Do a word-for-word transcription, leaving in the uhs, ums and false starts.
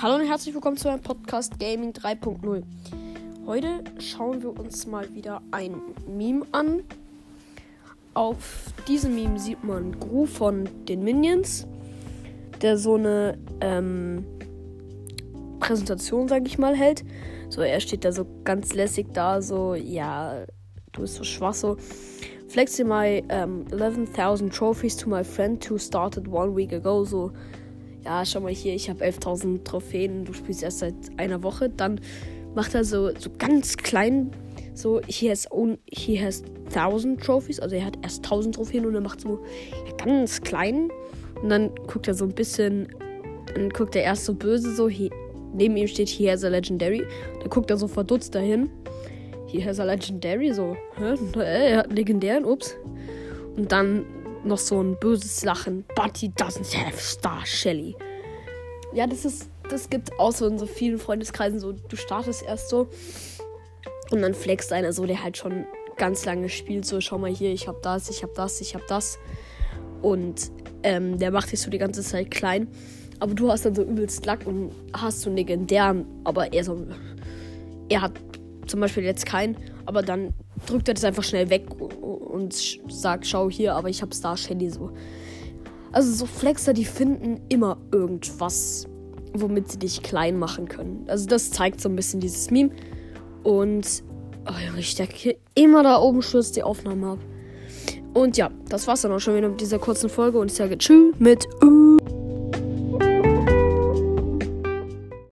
Hallo und herzlich willkommen zu einem Podcast Gaming drei Punkt null. Heute schauen wir uns mal wieder ein Meme an. Auf diesem Meme sieht man Gru von den Minions, der so eine ähm, Präsentation, sag ich mal, hält. So, er steht da so ganz lässig da, so, ja, du bist so schwach, so. Flexing my um, eleven thousand trophies to my friend who started one week ago, so. Ja, schau mal hier, ich habe elftausend Trophäen, du spielst erst seit einer Woche. Dann macht er so, so ganz klein, so, he has, own, he has thousand trophies, also er hat erst tausend Trophäen und er macht so ja, ganz klein. Und dann guckt er so ein bisschen, dann guckt er erst so böse, so, he, neben ihm steht, he has a legendary. Dann guckt er so verdutzt dahin, he has a legendary, so, hä, er hat einen legendären, ups. Und dann noch so ein böses Lachen. But he doesn't have Star Shelly. Ja, das ist, das gibt auch so in so vielen Freundeskreisen so, du startest erst so und dann flext einer so, der halt schon ganz lange spielt, so, schau mal hier, ich hab das, ich hab das, ich hab das. Und ähm, der macht dich so die ganze Zeit klein. Aber du hast dann so übelst Lack und hast so einen legendären, aber er so, er hat zum Beispiel jetzt keinen, aber dann drückt er das einfach schnell weg und sagt, schau hier, aber ich hab Star Shelly, so. Also so Flexer, die finden immer irgendwas, womit sie dich klein machen können. Also das zeigt so ein bisschen dieses Meme. Und oh, ich denke immer da oben Schluss die Aufnahme ab. Und ja, das war's dann auch schon wieder mit dieser kurzen Folge und ich sage tschüss mit Ö.